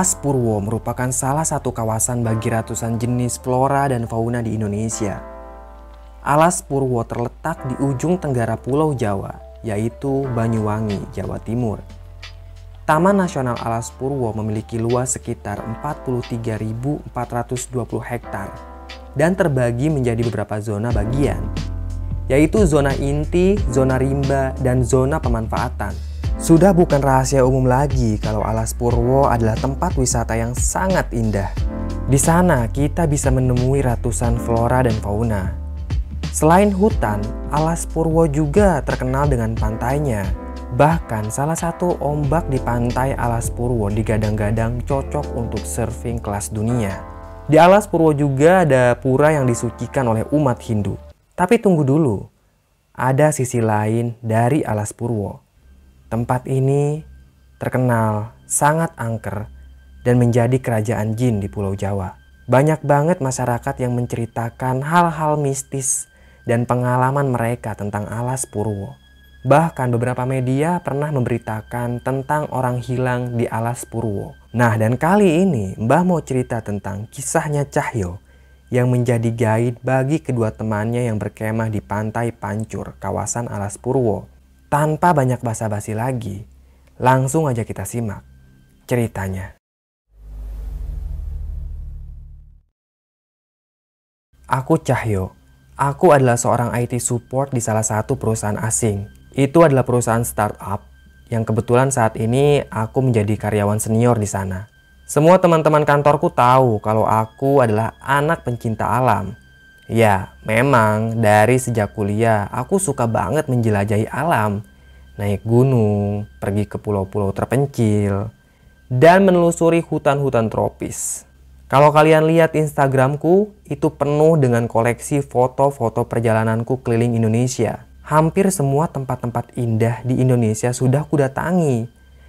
Alas Purwo merupakan salah satu kawasan bagi ratusan jenis flora dan fauna di Indonesia. Alas Purwo terletak di ujung tenggara Pulau Jawa, yaitu Banyuwangi, Jawa Timur. Taman Nasional Alas Purwo memiliki luas sekitar 43.420 hektar dan terbagi menjadi beberapa zona bagian, yaitu zona inti, zona rimba, dan zona pemanfaatan. Sudah bukan rahasia umum lagi kalau Alas Purwo adalah tempat wisata yang sangat indah. Di sana kita bisa menemui ratusan flora dan fauna. Selain hutan, Alas Purwo juga terkenal dengan pantainya. Bahkan salah satu ombak di pantai Alas Purwo digadang-gadang cocok untuk surfing kelas dunia. Di Alas Purwo juga ada pura yang disucikan oleh umat Hindu. Tapi tunggu dulu, ada sisi lain dari Alas Purwo. Tempat ini terkenal sangat angker dan menjadi kerajaan jin di Pulau Jawa. Banyak banget masyarakat yang menceritakan hal-hal mistis dan pengalaman mereka tentang Alas Purwo. Bahkan beberapa media pernah memberitakan tentang orang hilang di Alas Purwo. Nah, dan kali ini Mbah mau cerita tentang kisahnya Cahyo yang menjadi guide bagi kedua temannya yang berkemah di pantai Pancur, kawasan Alas Purwo. Tanpa banyak basa-basi lagi, langsung aja kita simak ceritanya. Aku Cahyo. Aku adalah seorang IT support di salah satu perusahaan asing. Itu adalah perusahaan startup yang kebetulan saat ini aku menjadi karyawan senior di sana. Semua teman-teman kantorku tahu kalau aku adalah anak pencinta alam. Ya, memang dari sejak kuliah aku suka banget menjelajahi alam. Naik gunung, pergi ke pulau-pulau terpencil, dan menelusuri hutan-hutan tropis. Kalau kalian lihat Instagramku, itu penuh dengan koleksi foto-foto perjalananku keliling Indonesia. Hampir semua tempat-tempat indah di Indonesia sudah kudatangi.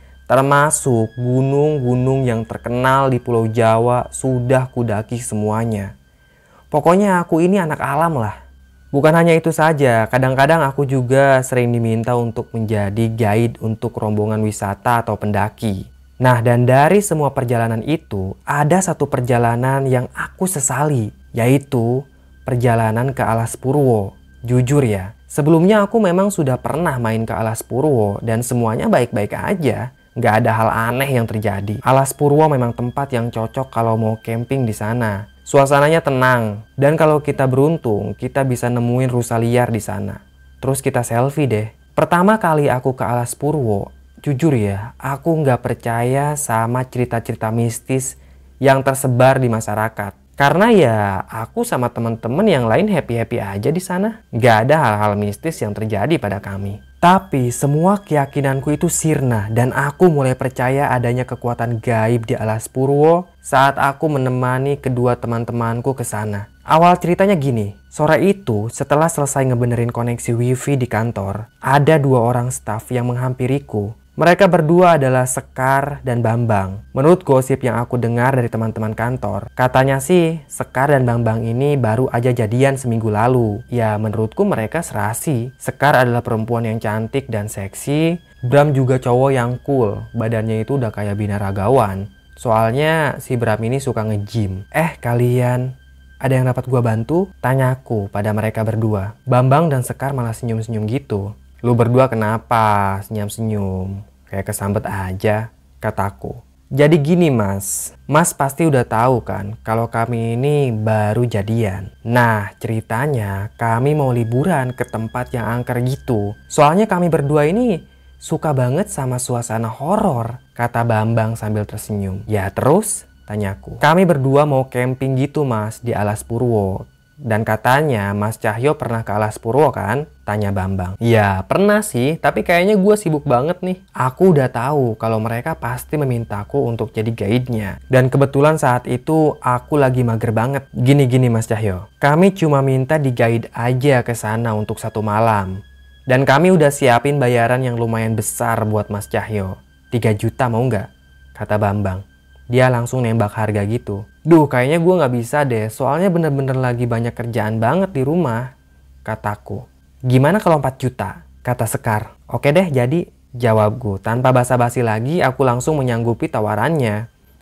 Termasuk gunung-gunung yang terkenal di Pulau Jawa sudah kudaki semuanya. Pokoknya aku ini anak alam lah. Bukan hanya itu saja, kadang-kadang aku juga sering diminta untuk menjadi guide untuk rombongan wisata atau pendaki. Nah, dan dari semua perjalanan itu, ada satu perjalanan yang aku sesali, yaitu perjalanan ke Alas Purwo. Jujur ya, sebelumnya aku memang sudah pernah main ke Alas Purwo dan semuanya baik-baik aja. Nggak ada hal aneh yang terjadi. Alas Purwo memang tempat yang cocok kalau mau camping di sana. Suasananya tenang, dan kalau kita beruntung, kita bisa nemuin rusa liar di sana. Terus kita selfie deh. Pertama kali aku ke Alas Purwo, jujur ya, aku nggak percaya sama cerita-cerita mistis yang tersebar di masyarakat. Karena ya, aku sama teman-teman yang lain happy-happy aja di sana. Nggak ada hal-hal mistis yang terjadi pada kami. Tapi semua keyakinanku itu sirna dan aku mulai percaya adanya kekuatan gaib di Alas Purwo saat aku menemani kedua teman-temanku ke sana. Awal ceritanya gini, sore itu setelah selesai ngebenerin koneksi wifi di kantor, ada dua orang staf yang menghampiriku. Mereka berdua adalah Sekar dan Bambang. Menurut gosip yang aku dengar dari teman-teman kantor, katanya sih Sekar dan Bambang ini baru aja jadian seminggu lalu. Ya menurutku mereka serasi. Sekar adalah perempuan yang cantik dan seksi. Bram juga cowok yang cool. Badannya itu udah kayak binaragawan. Soalnya si Bram ini suka nge-gym. Kalian, ada yang dapat gua bantu? Tanyaku pada mereka berdua. Bambang dan Sekar malah senyum-senyum gitu. Lu berdua kenapa senyum-senyum? Kayak kesambet aja, kataku. Jadi gini mas pasti udah tahu kan kalau kami ini baru jadian. Nah ceritanya kami mau liburan ke tempat yang angker gitu. Soalnya kami berdua ini suka banget sama suasana horor, kata Bambang sambil tersenyum. Ya terus? Tanyaku. Kami berdua mau camping gitu mas di Alas Purwo. Dan katanya Mas Cahyo pernah ke Alas Purwo kan? Tanya Bambang. Ya pernah sih, tapi kayaknya gue sibuk banget nih. Aku udah tahu kalau mereka pasti memintaku untuk jadi guide-nya. Dan kebetulan saat itu aku lagi mager banget. Gini Mas Cahyo, kami cuma minta di guide aja ke sana untuk 1 malam. Dan kami udah siapin bayaran yang lumayan besar buat Mas Cahyo. 3 juta mau nggak? Kata Bambang. Dia langsung nembak harga gitu. Duh kayaknya gue gak bisa deh, soalnya bener-bener lagi banyak kerjaan banget di rumah, kataku. Gimana kalau 4 juta? Kata Sekar. Oke deh jadi, jawabku. Tanpa basa-basi lagi aku langsung menyanggupi tawarannya.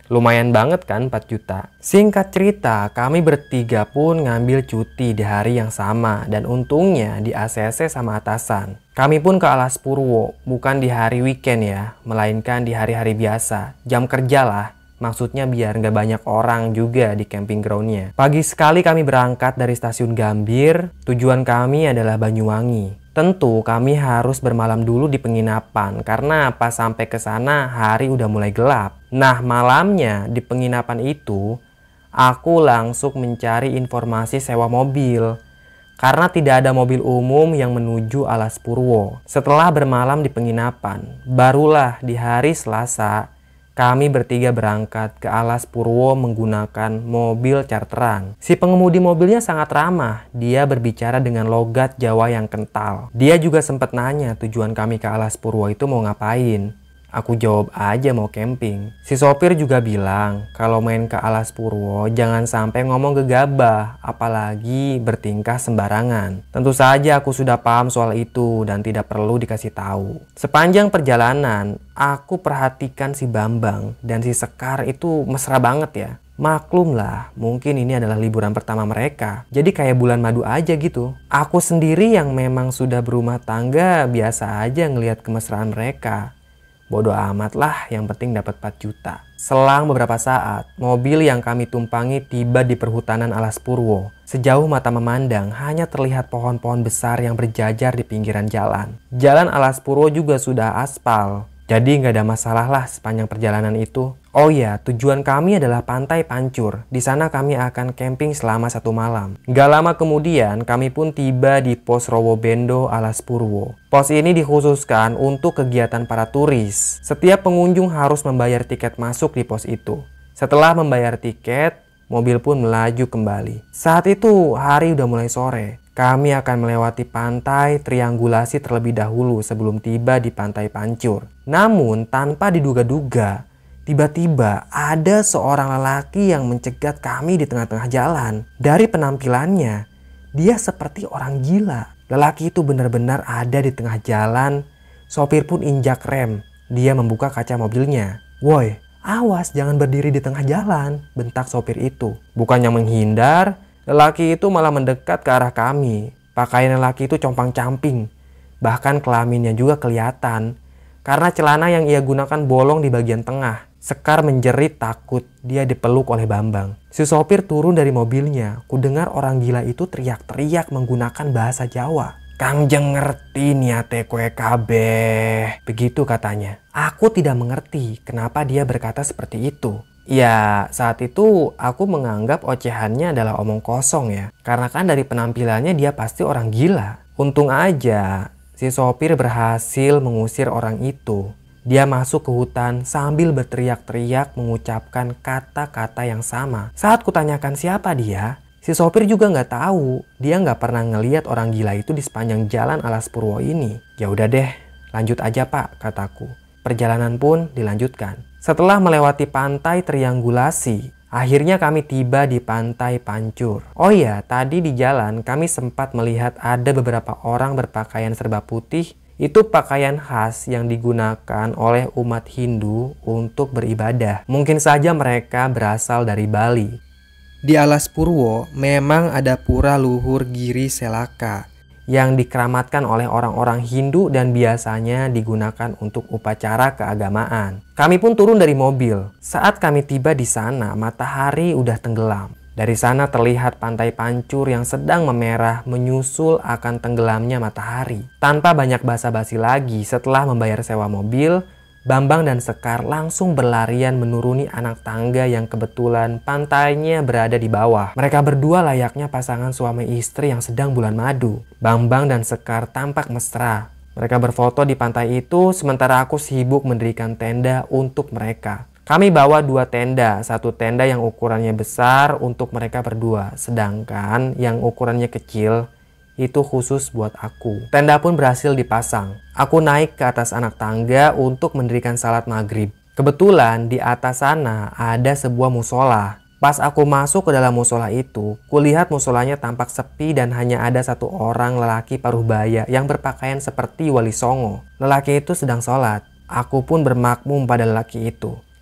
Lumayan banget kan 4 juta. Singkat cerita, kami bertiga pun ngambil cuti di hari yang sama dan untungnya di ACC sama atasan. Kami pun ke Alas Purwo, bukan di hari weekend ya, melainkan di hari-hari biasa. Jam kerja lah, maksudnya biar nggak banyak orang juga di camping groundnya. Pagi sekali kami berangkat dari stasiun Gambir, tujuan kami adalah Banyuwangi. Tentu kami harus bermalam dulu di penginapan karena pas sampai ke sana hari udah mulai gelap. Nah, malamnya di penginapan itu aku langsung mencari informasi sewa mobil karena tidak ada mobil umum yang menuju Alas Purwo. Setelah bermalam di penginapan, barulah di hari Selasa kami bertiga berangkat ke Alas Purwo menggunakan mobil charteran. Si pengemudi mobilnya sangat ramah. Dia berbicara dengan logat Jawa yang kental. Dia juga sempat nanya tujuan kami ke Alas Purwo itu mau ngapain. Aku jawab aja mau camping. Si sopir juga bilang kalau main ke Alas Purwo jangan sampai ngomong gegabah, apalagi bertingkah sembarangan. Tentu saja aku sudah paham soal itu dan tidak perlu dikasih tahu. Sepanjang perjalanan, aku perhatikan si Bambang dan si Sekar itu mesra banget ya. Maklum lah, mungkin ini adalah liburan pertama mereka. Jadi kayak bulan madu aja gitu. Aku sendiri yang memang sudah berumah tangga biasa aja ngelihat kemesraan mereka. Bodoh amat lah, yang penting dapat 4 juta. Selang beberapa saat, mobil yang kami tumpangi tiba di perhutanan Alas Purwo. Sejauh mata memandang, hanya terlihat pohon-pohon besar yang berjajar di pinggiran jalan. Jalan Alas Purwo juga sudah aspal, jadi nggak ada masalah lah sepanjang perjalanan itu. Oh ya, tujuan kami adalah Pantai Pancur. Di sana kami akan camping selama 1 malam. Gak lama kemudian, kami pun tiba di Pos Rowobendo Alas Purwo. Pos ini dikhususkan untuk kegiatan para turis. Setiap pengunjung harus membayar tiket masuk di pos itu. Setelah membayar tiket, mobil pun melaju kembali. Saat itu, hari udah mulai sore. Kami akan melewati pantai triangulasi terlebih dahulu sebelum tiba di Pantai Pancur. Namun, tanpa diduga-duga, tiba-tiba ada seorang lelaki yang mencegat kami di tengah-tengah jalan. Dari penampilannya, dia seperti orang gila. Lelaki itu benar-benar ada di tengah jalan. Sopir pun injak rem. Dia membuka kaca mobilnya. "Woi, awas jangan berdiri di tengah jalan," bentak sopir itu. Bukannya menghindar, lelaki itu malah mendekat ke arah kami. Pakaian lelaki itu compang-camping. Bahkan kelaminnya juga kelihatan. Karena celana yang ia gunakan bolong di bagian tengah. Sekar menjerit takut, dia dipeluk oleh Bambang. Si sopir turun dari mobilnya. Kudengar orang gila itu teriak-teriak menggunakan bahasa Jawa. "Kangjeng ngerti niate kue kabeh," begitu katanya. Aku tidak mengerti kenapa dia berkata seperti itu. Ya, saat itu aku menganggap ocehannya adalah omong kosong ya. Karena kan dari penampilannya dia pasti orang gila. Untung aja si sopir berhasil mengusir orang itu. Dia masuk ke hutan sambil berteriak-teriak mengucapkan kata-kata yang sama. Saat kutanyakan siapa dia, si sopir juga nggak tahu. Dia nggak pernah ngeliat orang gila itu di sepanjang jalan Alas Purwo ini. "Ya udah deh, lanjut aja Pak," kataku. Perjalanan pun dilanjutkan. Setelah melewati pantai triangulasi, akhirnya kami tiba di Pantai Pancur. Oh iya, tadi di jalan kami sempat melihat ada beberapa orang berpakaian serba putih. Itu pakaian khas yang digunakan oleh umat Hindu untuk beribadah. Mungkin saja mereka berasal dari Bali. Di Alas Purwo memang ada pura luhur Giri Selaka yang dikeramatkan oleh orang-orang Hindu dan biasanya digunakan untuk upacara keagamaan. Kami pun turun dari mobil. Saat kami tiba di sana, matahari udah tenggelam. Dari sana terlihat Pantai Pancur yang sedang memerah menyusul akan tenggelamnya matahari. Tanpa banyak basa-basi lagi, setelah membayar sewa mobil, Bambang dan Sekar langsung berlarian menuruni anak tangga yang kebetulan pantainya berada di bawah. Mereka berdua layaknya pasangan suami istri yang sedang bulan madu. Bambang dan Sekar tampak mesra. Mereka berfoto di pantai itu sementara aku sibuk mendirikan tenda untuk mereka. Kami bawa 2 tenda, 1 tenda yang ukurannya besar untuk mereka berdua, sedangkan yang ukurannya kecil itu khusus buat aku. Tenda pun berhasil dipasang. Aku naik ke atas anak tangga untuk mendirikan salat maghrib. Kebetulan di atas sana ada sebuah musola. Pas aku masuk ke dalam musola itu, kulihat musolanya tampak sepi dan hanya ada 1 orang lelaki paruh baya yang berpakaian seperti Wali Songo. Lelaki itu sedang sholat. Aku pun bermakmum pada lelaki itu.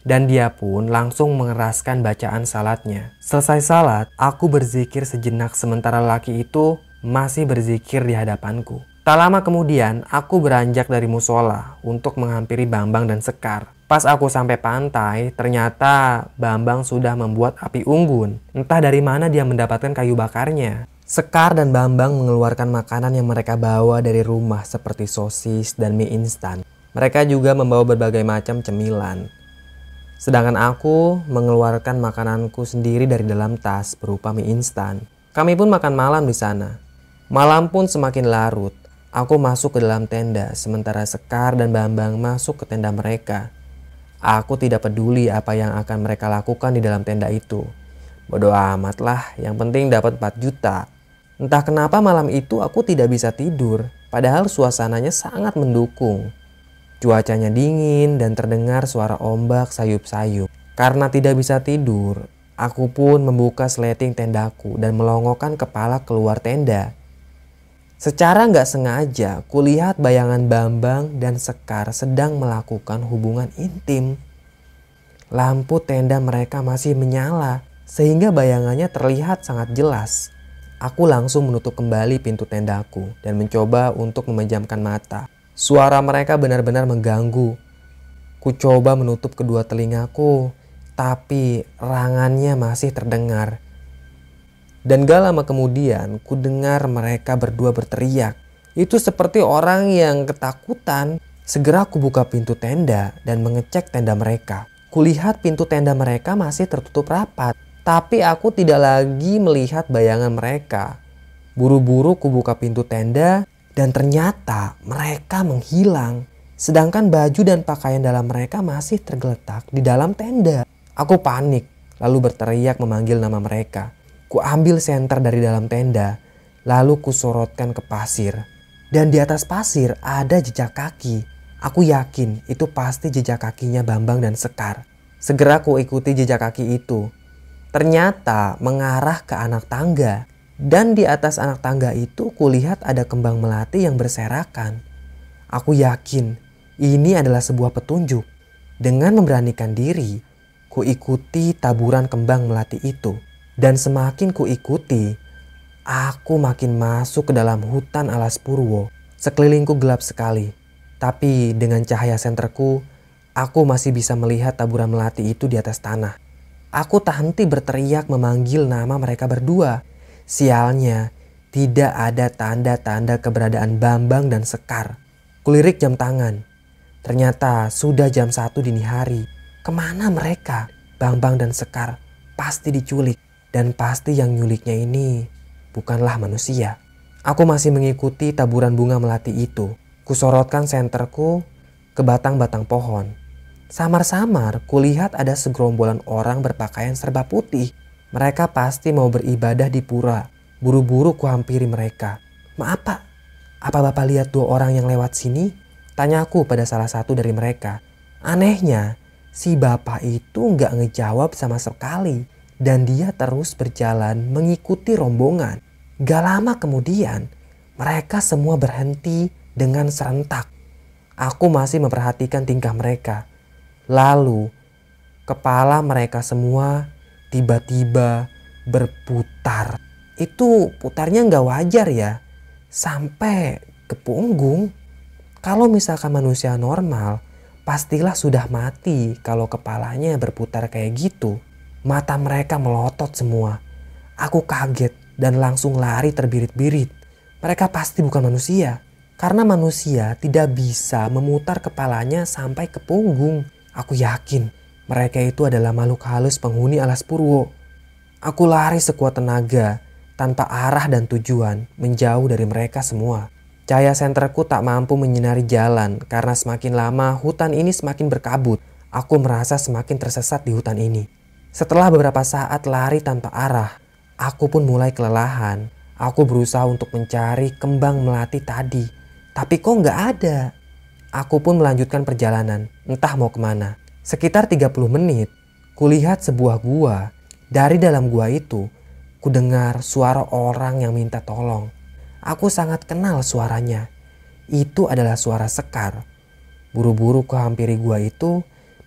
Dan dia pun langsung mengeraskan bacaan salatnya. Selesai salat, aku berzikir sejenak sementara laki itu masih berzikir di hadapanku. Tak lama kemudian, aku beranjak dari musola untuk menghampiri Bambang dan Sekar. Pas aku sampai pantai, ternyata Bambang sudah membuat api unggun. Entah dari mana dia mendapatkan kayu bakarnya. Sekar dan Bambang mengeluarkan makanan yang mereka bawa dari rumah seperti sosis dan mie instan. Mereka juga membawa berbagai macam cemilan. Sedangkan aku mengeluarkan makananku sendiri dari dalam tas berupa mie instan. Kami pun makan malam di sana. Malam pun semakin larut. Aku masuk ke dalam tenda, sementara Sekar dan Bambang masuk ke tenda mereka. Aku tidak peduli apa yang akan mereka lakukan di dalam tenda itu. Bodoh amat lah, yang penting dapat 4 juta. Entah kenapa malam itu aku tidak bisa tidur, padahal suasananya sangat mendukung. Cuacanya dingin dan terdengar suara ombak sayup-sayup. Karena tidak bisa tidur, aku pun membuka sleting tendaku dan melongokkan kepala keluar tenda. Secara nggak sengaja, kulihat bayangan Bambang dan Sekar sedang melakukan hubungan intim. Lampu tenda mereka masih menyala, sehingga bayangannya terlihat sangat jelas. Aku langsung menutup kembali pintu tendaku dan mencoba untuk memejamkan mata. Suara mereka benar-benar mengganggu. Ku coba menutup kedua telingaku, tapi rangannya masih terdengar. Dan gak lama kemudian, ku dengar mereka berdua berteriak. Itu seperti orang yang ketakutan. Segera ku buka pintu tenda dan mengecek tenda mereka. Kulihat pintu tenda mereka masih tertutup rapat, tapi aku tidak lagi melihat bayangan mereka. Buru-buru ku buka pintu tenda dan ternyata mereka menghilang. Sedangkan baju dan pakaian dalam mereka masih tergeletak di dalam tenda. Aku panik lalu berteriak memanggil nama mereka. Ku ambil senter dari dalam tenda lalu ku sorotkan ke pasir. Dan di atas pasir ada jejak kaki. Aku yakin itu pasti jejak kakinya Bambang dan Sekar. Segera ku ikuti jejak kaki itu. Ternyata mengarah ke anak tangga. Dan di atas anak tangga itu kulihat ada kembang melati yang berserakan. Aku yakin ini adalah sebuah petunjuk. Dengan memberanikan diri, ku ikuti taburan kembang melati itu. Dan semakin ku ikuti, aku makin masuk ke dalam hutan alas purwo. Sekelilingku gelap sekali. Tapi dengan cahaya senterku, aku masih bisa melihat taburan melati itu di atas tanah. Aku tak henti berteriak memanggil nama mereka berdua. Sialnya, tidak ada tanda-tanda keberadaan Bambang dan Sekar. Kulirik jam tangan. Ternyata sudah jam 1 dini hari. Kemana mereka? Bambang dan Sekar pasti diculik. Dan pasti yang nyuliknya ini bukanlah manusia. Aku masih mengikuti taburan bunga melati itu. Kusorotkan senterku ke batang-batang pohon. Samar-samar kulihat ada segerombolan orang berpakaian serba putih. Mereka pasti mau beribadah di pura. Buru-buru kuhampiri mereka. Maaf pak, apa bapak lihat 2 orang yang lewat sini? Tanyaku pada salah satu dari mereka. Anehnya, si bapak itu nggak ngejawab sama sekali. Dan dia terus berjalan mengikuti rombongan. Gak lama kemudian, mereka semua berhenti dengan serentak. Aku masih memperhatikan tingkah mereka. Lalu, kepala mereka semua tiba-tiba berputar. Itu putarnya nggak wajar ya. Sampai ke punggung. Kalau misalkan manusia normal, pastilah sudah mati kalau kepalanya berputar kayak gitu. Mata mereka melotot semua. Aku kaget dan langsung lari terbirit-birit. Mereka pasti bukan manusia. Karena manusia tidak bisa memutar kepalanya sampai ke punggung. Aku yakin mereka itu adalah makhluk halus penghuni alas purwo. Aku lari sekuat tenaga tanpa arah dan tujuan menjauh dari mereka semua. Cahaya senterku tak mampu menyinari jalan karena semakin lama hutan ini semakin berkabut. Aku merasa semakin tersesat di hutan ini. Setelah beberapa saat lari tanpa arah, aku pun mulai kelelahan. Aku berusaha untuk mencari kembang melati tadi. Tapi kok nggak ada. Aku pun melanjutkan perjalanan, entah mau kemana. Sekitar 30 menit, kulihat sebuah gua. Dari dalam gua itu, kudengar suara orang yang minta tolong. Aku sangat kenal suaranya. Itu adalah suara Sekar. Buru-buru kuhampiri gua itu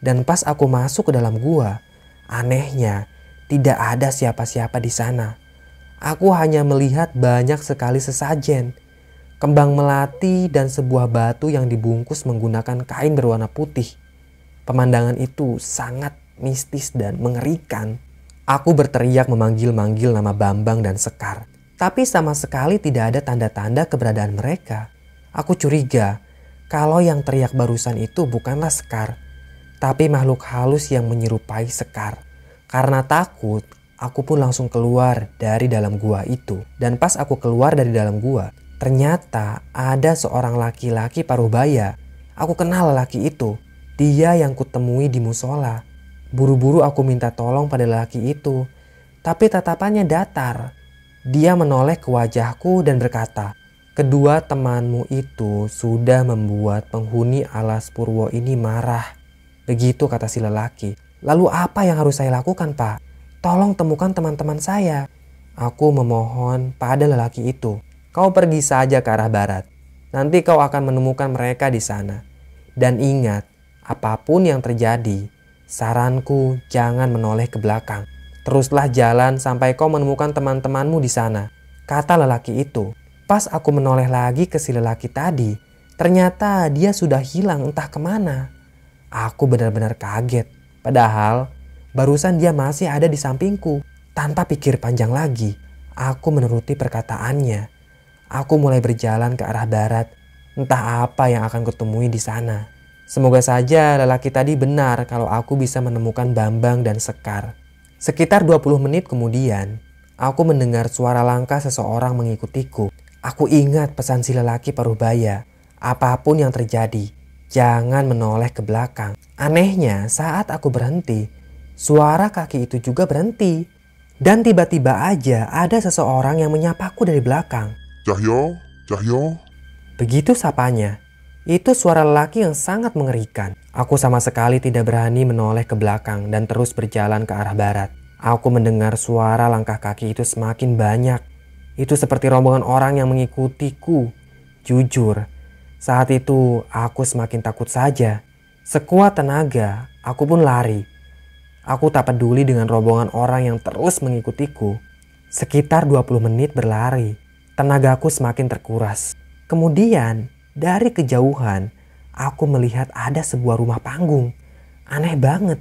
Dan pas aku masuk ke dalam gua, anehnya tidak ada siapa-siapa di sana. Aku hanya melihat banyak sekali sesajen, kembang melati dan sebuah batu yang dibungkus menggunakan kain berwarna putih. Pemandangan itu sangat mistis dan mengerikan. Aku berteriak memanggil-manggil nama Bambang dan Sekar, tapi sama sekali tidak ada tanda-tanda keberadaan mereka. Aku curiga kalau yang teriak barusan itu bukanlah Sekar, tapi makhluk halus yang menyerupai Sekar. Karena takut, aku pun langsung keluar dari dalam gua itu. Dan pas aku keluar dari dalam gua, ternyata ada seorang laki-laki paruh baya. Aku kenal lelaki itu. Dia yang kutemui di musola. Buru-buru aku minta tolong pada lelaki itu, tapi tatapannya datar. Dia menoleh ke wajahku dan berkata, "Kedua temanmu itu sudah membuat penghuni alas Purwo ini marah." Begitu kata si lelaki. "Lalu apa yang harus saya lakukan, Pak? Tolong temukan teman-teman saya." Aku memohon pada lelaki itu, "Kau pergi saja ke arah barat. Nanti kau akan menemukan mereka di sana. Dan ingat, apapun yang terjadi, saranku jangan menoleh ke belakang. Teruslah jalan sampai kau menemukan teman-temanmu di sana," kata lelaki itu. Pas aku menoleh lagi ke si lelaki tadi, ternyata dia sudah hilang entah kemana. Aku benar-benar kaget. Padahal barusan dia masih ada di sampingku. Tanpa pikir panjang lagi, aku menuruti perkataannya. Aku mulai berjalan ke arah barat. Entah apa yang akan kutemui di sana. Semoga saja lelaki tadi benar kalau aku bisa menemukan Bambang dan Sekar. Sekitar 20 menit kemudian, aku mendengar suara langkah seseorang mengikutiku. Aku ingat pesan si lelaki paruh baya. Apapun yang terjadi, jangan menoleh ke belakang. Anehnya, saat aku berhenti, suara kaki itu juga berhenti. Dan tiba-tiba aja ada seseorang yang menyapaku dari belakang. "Cahyo, Cahyo." Begitu sapanya. Itu suara lelaki yang sangat mengerikan. Aku sama sekali tidak berani menoleh ke belakang dan terus berjalan ke arah barat. Aku mendengar suara langkah kaki itu semakin banyak. Itu seperti rombongan orang yang mengikutiku. Jujur, saat itu aku semakin takut saja. Sekuat tenaga, aku pun lari. Aku tak peduli dengan rombongan orang yang terus mengikutiku. Sekitar 20 menit berlari, tenagaku semakin terkuras. Kemudian, dari kejauhan, aku melihat ada sebuah rumah panggung. Aneh banget.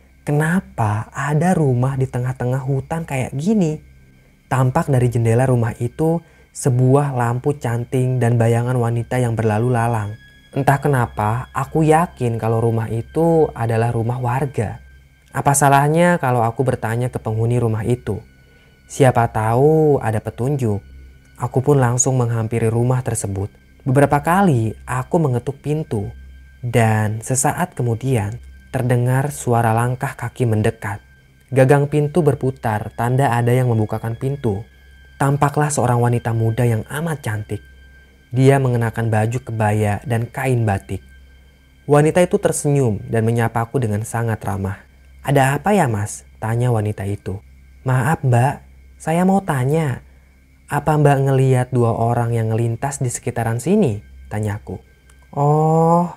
Kenapa ada rumah di tengah-tengah hutan kayak gini? Tampak dari jendela rumah itu sebuah lampu canting dan bayangan wanita yang berlalu lalang. Entah kenapa aku yakin kalau rumah itu adalah rumah warga. Apa salahnya kalau aku bertanya ke penghuni rumah itu? Siapa tahu ada petunjuk. Aku pun langsung menghampiri rumah tersebut. Beberapa kali aku mengetuk pintu. Dan sesaat kemudian terdengar suara langkah kaki mendekat. Gagang pintu berputar, tanda ada yang membukakan pintu. Tampaklah seorang wanita muda yang amat cantik. Dia mengenakan baju kebaya dan kain batik. Wanita itu tersenyum dan menyapaku dengan sangat ramah. "Ada apa ya, Mas?" tanya wanita itu. "Maaf, Mbak, saya mau tanya. Apa Mbak ngeliat 2 orang yang ngelintas di sekitaran sini?" tanyaku. "Oh,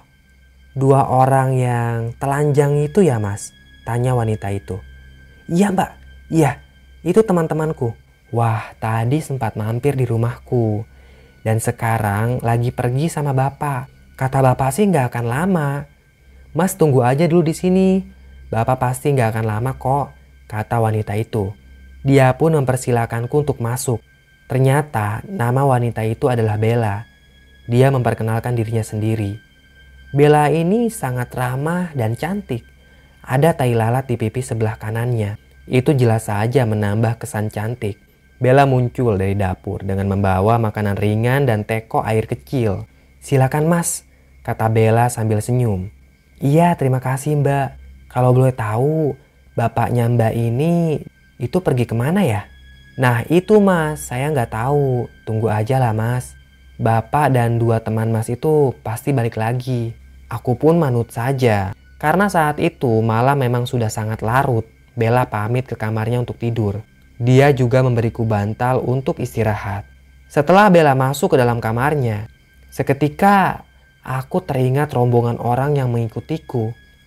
2 orang yang telanjang itu ya, Mas?" tanya wanita itu. "Iya, Mbak. Iya, itu teman-temanku. Wah, tadi sempat mampir di rumahku. Dan sekarang lagi pergi sama Bapak. Kata Bapak sih nggak akan lama. Mas tunggu aja dulu di sini. Bapak pasti nggak akan lama kok," kata wanita itu. Dia pun mempersilakanku untuk masuk. Ternyata nama wanita itu adalah Bella. Dia memperkenalkan dirinya sendiri. Bella ini sangat ramah dan cantik. Ada tai lalat di pipi sebelah kanannya. Itu jelas saja menambah kesan cantik. Bella muncul dari dapur dengan membawa makanan ringan dan teko air kecil. "Silakan Mas," kata Bella sambil senyum. "Iya, terima kasih Mbak. Kalau boleh tahu, bapaknya Mbak ini itu pergi kemana ya?" "Nah itu Mas, saya nggak tahu. Tunggu aja lah Mas. Bapak dan 2 teman Mas itu pasti balik lagi." Aku pun manut saja. Karena saat itu malam memang sudah sangat larut. Bella pamit ke kamarnya untuk tidur. Dia juga memberiku bantal untuk istirahat. Setelah Bella masuk ke dalam kamarnya, seketika aku teringat rombongan orang yang mengikutiku.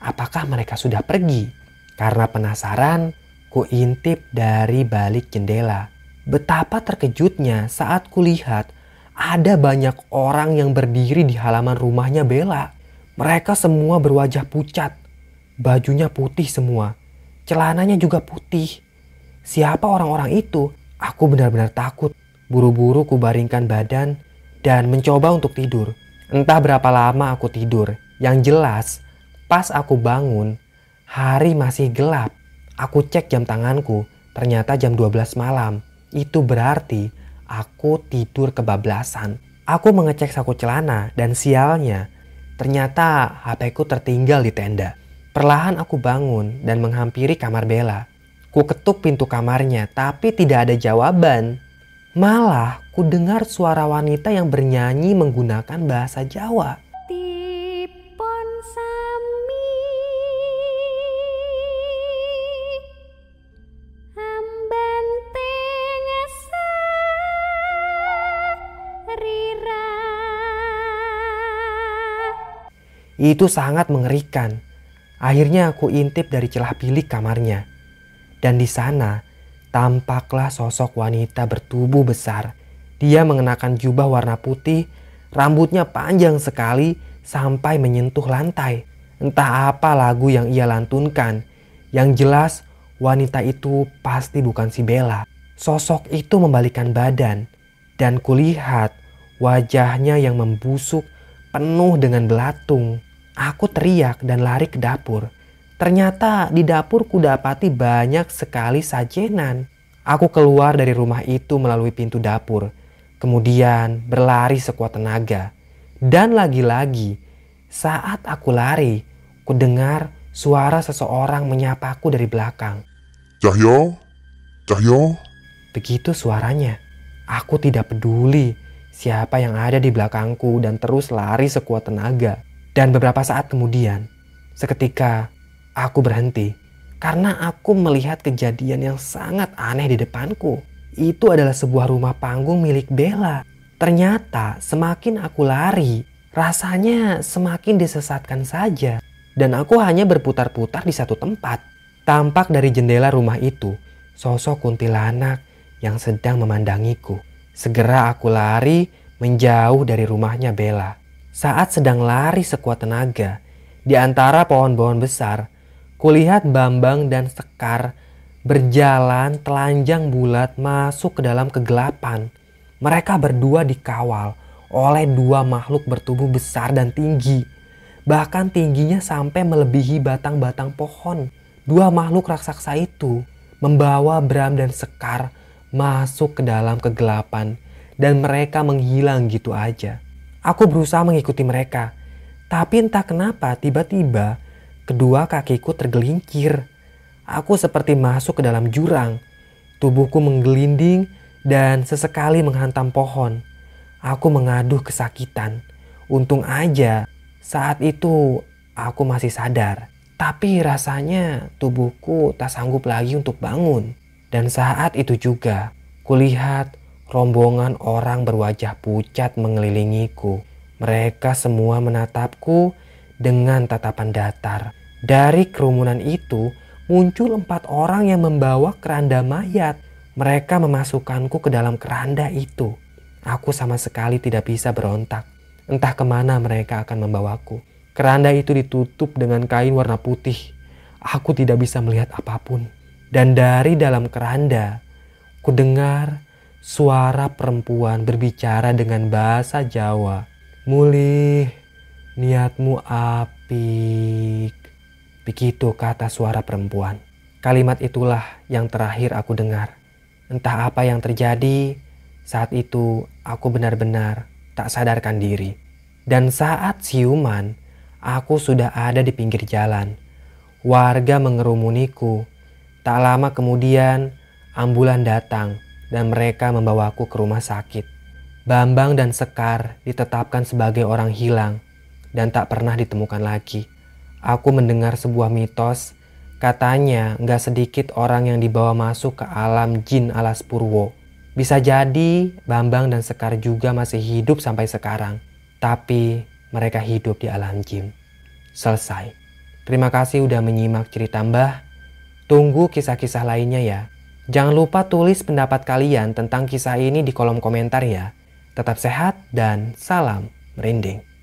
apakah mereka sudah pergi? Karena penasaran, ku intip dari balik jendela. Betapa terkejutnya saat kulihat ada banyak orang yang berdiri di halaman rumahnya Bella. Mereka semua berwajah pucat, bajunya putih semua, celananya juga putih. Siapa orang-orang itu? Aku benar-benar takut. Buru-buru kubaringkan badan dan mencoba untuk tidur. Entah berapa lama aku tidur. Yang jelas, pas aku bangun, hari masih gelap. Aku cek jam tanganku, ternyata jam 12 malam. Itu berarti aku tidur kebablasan. Aku mengecek saku celana dan sialnya, ternyata HP ku tertinggal di tenda. Perlahan aku bangun dan menghampiri kamar Bella. Ku ketuk pintu kamarnya tapi tidak ada jawaban. Malah ku dengar suara wanita yang bernyanyi menggunakan bahasa Jawa. Tipon sami ambanteng rira. Itu sangat mengerikan. Akhirnya aku intip dari celah bilik kamarnya. Dan di sana tampaklah sosok wanita bertubuh besar. Dia mengenakan jubah warna putih, rambutnya panjang sekali sampai menyentuh lantai. Entah apa lagu yang ia lantunkan. Yang jelas wanita itu pasti bukan si Bella. Sosok itu membalikkan badan dan kulihat wajahnya yang membusuk penuh dengan belatung. Aku teriak dan lari ke dapur. Ternyata di dapur kudapati banyak sekali sajenan. Aku keluar dari rumah itu melalui pintu dapur. Kemudian berlari sekuat tenaga. Dan lagi-lagi saat aku lari, kudengar suara seseorang menyapaku dari belakang. Cahyo? Cahyo? Begitu suaranya. Aku tidak peduli siapa yang ada di belakangku dan terus lari sekuat tenaga. Dan beberapa saat kemudian, seketika aku berhenti karena aku melihat kejadian yang sangat aneh di depanku. Itu adalah sebuah rumah panggung milik Bella. Ternyata semakin aku lari, rasanya semakin disesatkan saja. Dan aku hanya berputar-putar di satu tempat. Tampak dari jendela rumah itu, sosok kuntilanak yang sedang memandangiku. Segera aku lari menjauh dari rumahnya Bella. Saat sedang lari sekuat tenaga, di antara pohon-pohon besar, kulihat Bambang dan Sekar berjalan telanjang bulat masuk ke dalam kegelapan. Mereka berdua dikawal oleh dua makhluk bertubuh besar dan tinggi. Bahkan tingginya sampai melebihi batang-batang pohon. Dua makhluk raksasa itu membawa Bram dan Sekar masuk ke dalam kegelapan dan mereka menghilang gitu aja. Aku berusaha mengikuti mereka, tapi entah kenapa tiba-tiba kedua kakiku tergelincir. Aku seperti masuk ke dalam jurang. Tubuhku menggelinding dan sesekali menghantam pohon. Aku mengaduh kesakitan. Untung aja saat itu aku masih sadar. Tapi rasanya tubuhku tak sanggup lagi untuk bangun. Dan saat itu juga kulihat rombongan orang berwajah pucat mengelilingiku. Mereka semua menatapku dengan tatapan datar. Dari kerumunan itu muncul 4 orang yang membawa keranda mayat. Mereka memasukkanku ke dalam keranda itu. Aku sama sekali tidak bisa berontak. Entah kemana mereka akan membawaku. Keranda itu ditutup dengan kain warna putih. Aku tidak bisa melihat apapun. Dan dari dalam keranda, kudengar suara perempuan berbicara dengan bahasa Jawa. Mulih, niatmu apik. Begitu kata suara perempuan. Kalimat itulah yang terakhir aku dengar. Entah apa yang terjadi, saat itu aku benar-benar tak sadarkan diri. Dan saat siuman, aku sudah ada di pinggir jalan. Warga mengerumuniku. Tak lama kemudian, ambulan datang dan mereka membawaku ke rumah sakit. Bambang dan Sekar ditetapkan sebagai orang hilang dan tak pernah ditemukan lagi. Aku mendengar sebuah mitos, katanya gak sedikit orang yang dibawa masuk ke alam jin alas Purwo. Bisa jadi Bambang dan Sekar juga masih hidup sampai sekarang, tapi mereka hidup di alam jin. Selesai. Terima kasih udah menyimak cerita Mbah. Tunggu kisah-kisah lainnya ya. Jangan lupa tulis pendapat kalian tentang kisah ini di kolom komentar ya. Tetap sehat dan salam merinding.